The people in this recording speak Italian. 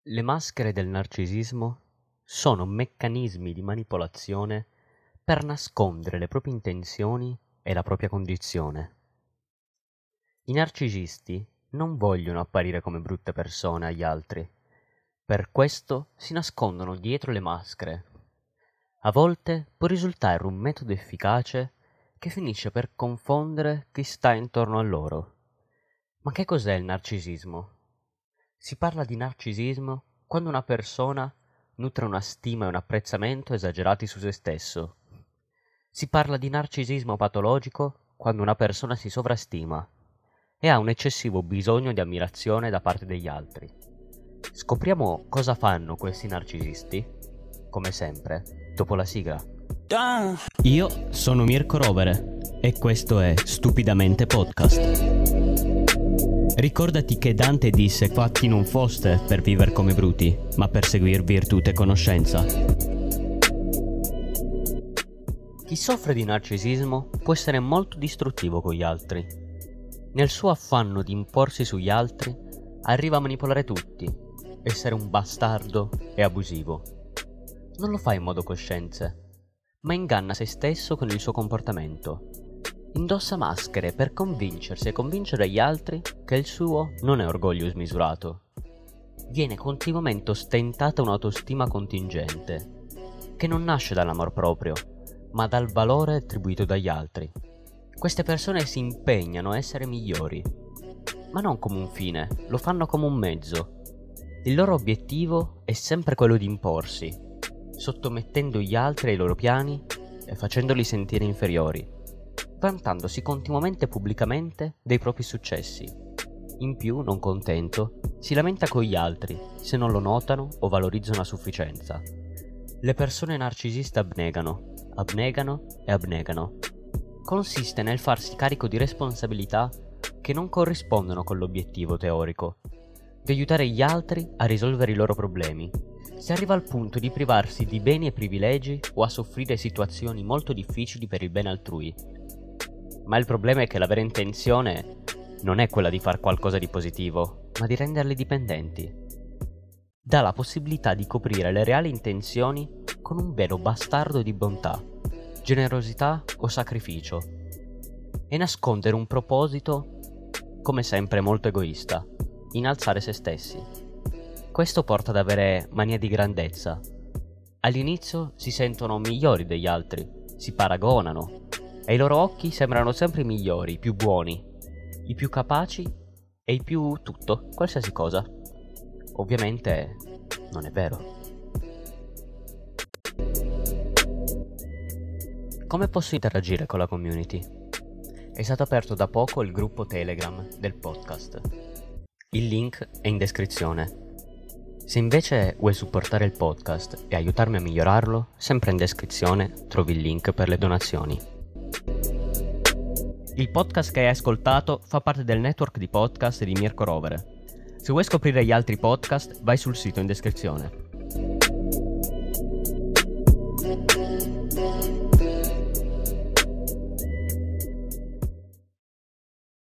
Le maschere del narcisismo sono meccanismi di manipolazione per nascondere le proprie intenzioni e la propria condizione. I narcisisti non vogliono apparire come brutte persone agli altri, per questo si nascondono dietro le maschere. A volte può risultare un metodo efficace che finisce per confondere chi sta intorno a loro. Ma che cos'è il narcisismo? Si parla di narcisismo quando una persona nutre una stima e un apprezzamento esagerati su se stesso. Si parla di narcisismo patologico quando una persona si sovrastima e ha un eccessivo bisogno di ammirazione da parte degli altri. Scopriamo cosa fanno questi narcisisti, come sempre, dopo la sigla. Io sono Mirko Rovere e questo è Stupidamente Podcast. Ricordati che Dante disse: fatti non foste per vivere come bruti, ma per seguir virtù e conoscenza. Chi soffre di narcisismo può essere molto distruttivo con gli altri. Nel suo affanno di imporsi sugli altri, arriva a manipolare tutti, essere un bastardo e abusivo. Non lo fa in modo cosciente, ma inganna se stesso con il suo comportamento. Indossa maschere per convincersi e convincere gli altri che il suo non è orgoglio smisurato. Viene continuamente ostentata un'autostima contingente, che non nasce dall'amor proprio, ma dal valore attribuito dagli altri. Queste persone si impegnano a essere migliori, ma non come un fine, lo fanno come un mezzo. Il loro obiettivo è sempre quello di imporsi, sottomettendo gli altri ai loro piani e facendoli sentire inferiori, vantandosi continuamente e pubblicamente dei propri successi. In più, non contento, si lamenta con gli altri se non lo notano o valorizzano a sufficienza. Le persone narcisiste abnegano e abnegano. Consiste nel farsi carico di responsabilità che non corrispondono con l'obiettivo teorico, di aiutare gli altri a risolvere i loro problemi. Si arriva al punto di privarsi di beni e privilegi o a soffrire situazioni molto difficili per il bene altrui. Ma il problema è che la vera intenzione non è quella di far qualcosa di positivo, ma di renderli dipendenti. Dà la possibilità di coprire le reali intenzioni con un velo bastardo di bontà, generosità o sacrificio, e nascondere un proposito, come sempre molto egoista, innalzare se stessi. Questo porta ad avere mania di grandezza. All'inizio si sentono migliori degli altri, si paragonano, e ai loro occhi sembrano sempre i migliori, i più buoni, i più capaci e i più tutto, qualsiasi cosa. Ovviamente non è vero. Come posso interagire con la community? È stato aperto da poco il gruppo Telegram del podcast. Il link è in descrizione. Se invece vuoi supportare il podcast e aiutarmi a migliorarlo, sempre in descrizione trovi il link per le donazioni. Il podcast che hai ascoltato fa parte del network di podcast di Mirko Rovere. Se vuoi scoprire gli altri podcast, vai sul sito in descrizione.